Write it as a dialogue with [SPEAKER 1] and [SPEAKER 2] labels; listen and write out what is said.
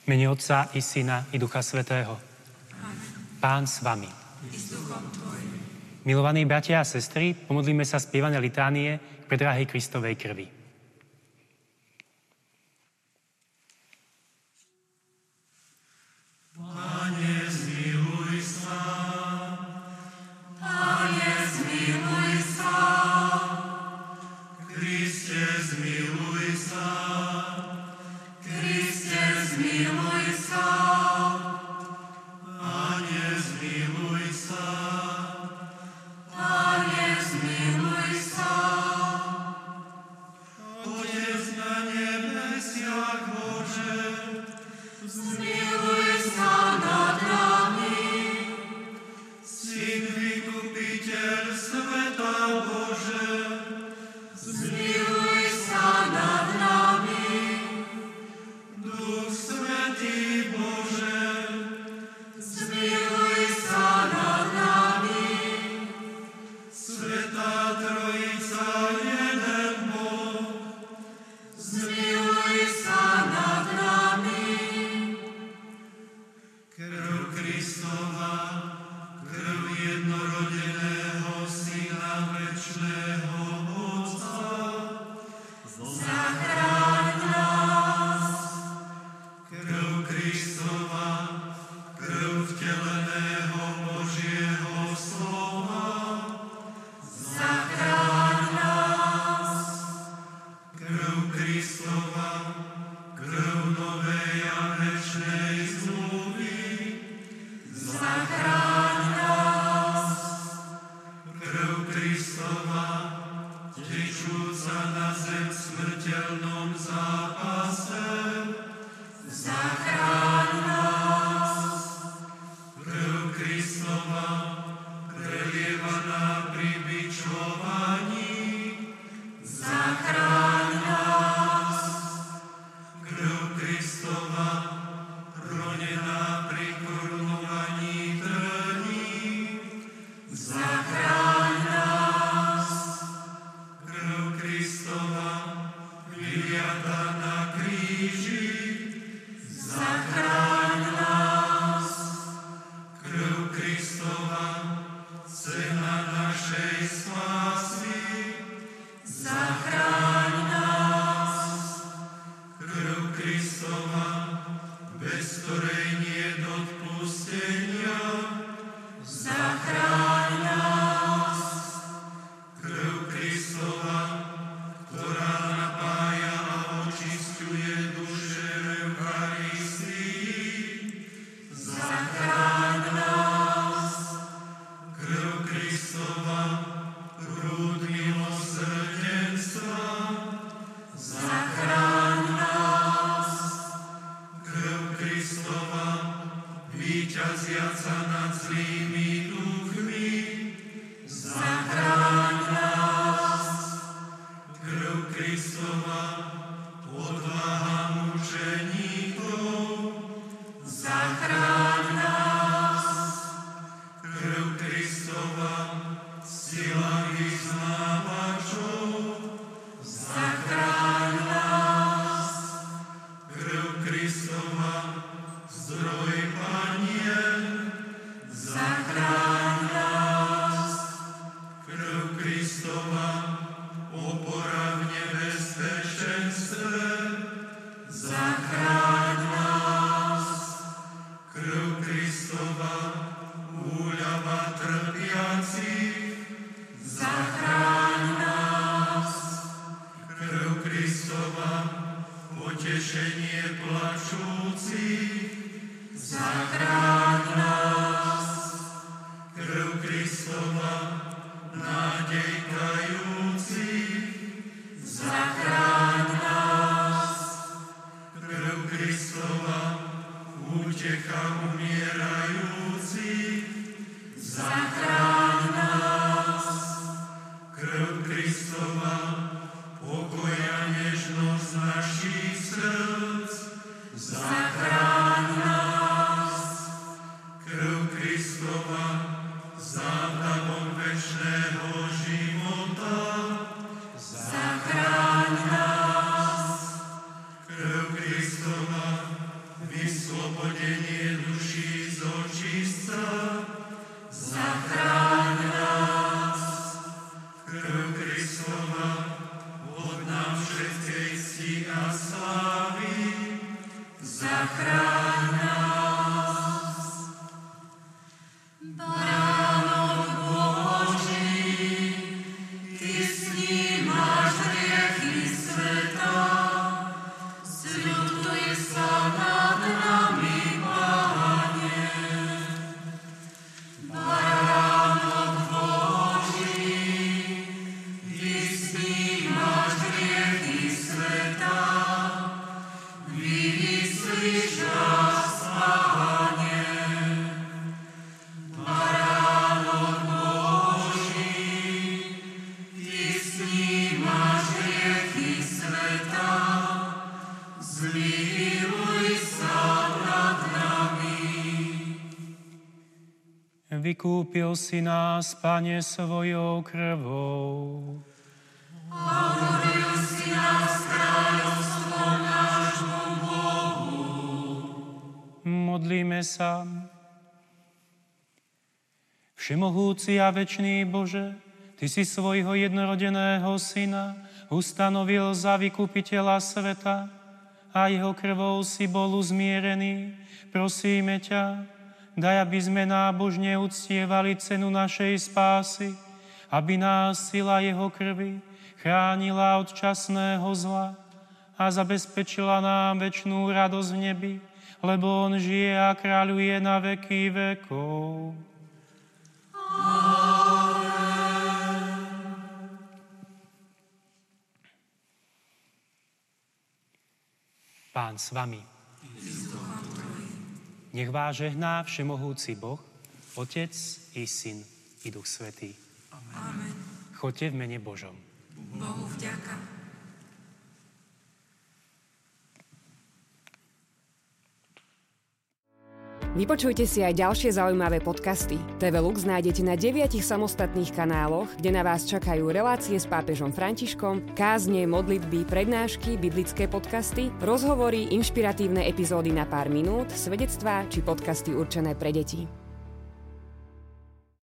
[SPEAKER 1] V mene Otca i Syna i Ducha Svätého. Pán s vami. Milovaní bratia a sestry, pomodlíme sa spievané litánie k predráhej Kristovej krvi.
[SPEAKER 2] Pane, zmiluj sa. Pane, zmiluj sa. Kriste, zmiluj sa. Kriste, zmiluj sa. Pane, zmiluj sa. Pane, zmiluj sa. Otec na nebesiach, Bože, zmiluj sa nad nami. Syn vykupiteľ sveta, Bože, zmiluj sa nad nami. Duch Svätý, Bože, zmiluj sa nad nami. Svätá Trojica, jeden Boh, zmiluj sa nad nami. Krv Kristova, krv jednorodeného Syna večného Otca, zachráň nás. Krv Kristova, krv vteleného Božieho slova, zachráň nás. Krv Kristova, krv novej a večnej zmluvy, zachráň nás. Krv Kristova, tečúca na zem v smrteľnom zápase, zachráň nás. Krv Kristova, prelievaná pri bičovaní, zachráň nás. Krv Kristova, ronená pri korunovaní trní, zachráň nás. Krv Kristova, vyliata na kríži, zachráň nás. Krv Kristova, cena našej spásy, zachráň nás. Krv Kristova, bez ktorej niet odpustenia, zachráň nás. Krv Kristova, ktorá napája a očisťuje duše v Eucharistii, zachráň nás. Krv Kristova, prúd milosrdenstva, zachráň nás. Krv Kristova, víťaziaca nad zlými duchmi, zachráň nás. Krv Kristova, odvaha mučeníkov, zachráň nás. Krv Kristova, sila vyznávačov, zachráň nás. Krv Kristova, zdroj panien, zachráň nás. Krv Kristova, opora v nebezpečenstve, zachráň nás. Krv Kristova, úľava trpiacich, zachráň nás. Krv Kristova, potešenie plačúcich, zachráň nás. Krv Kristova, nádej kajúcich, zachráň nás. Krv Kristova, útecha umierajúcich, zachráň nás. Krv Kristova, pokoj a nežnosť našich srdc, zachráň nás.
[SPEAKER 1] Vykúpil si nás, Pane, svojou krvou.
[SPEAKER 2] A urobil si nás kráľovstvom nášmu Bohu.
[SPEAKER 1] Modlíme sa. Všemohúci a večný Bože, Ty si svojho jednorodeného Syna ustanovil za vykupiteľa sveta a jeho krvou si bol uzmierený. Prosíme ťa, daj, aby sme nábožne uctievali cenu našej spásy, aby nás sila jeho krvi chránila od časného zla a zabezpečila nám večnú radosť v nebi, lebo on žije a kráľuje na veky vekov. Pán s vami. Nech vás žehná všemohúci Boh, Otec i Syn i Duch Svätý.
[SPEAKER 3] Amen.
[SPEAKER 1] Choďte v mene Božom.
[SPEAKER 3] Bohu vďaka.
[SPEAKER 4] Vypočujte si aj ďalšie zaujímavé podcasty. TV Lux nájdete na 9 samostatných kanáloch, kde na vás čakajú relácie s pápežom Františkom, kázne, modlitby, prednášky, biblické podcasty, rozhovory, inšpiratívne epizódy na pár minút, svedectvá či podcasty určené pre deti.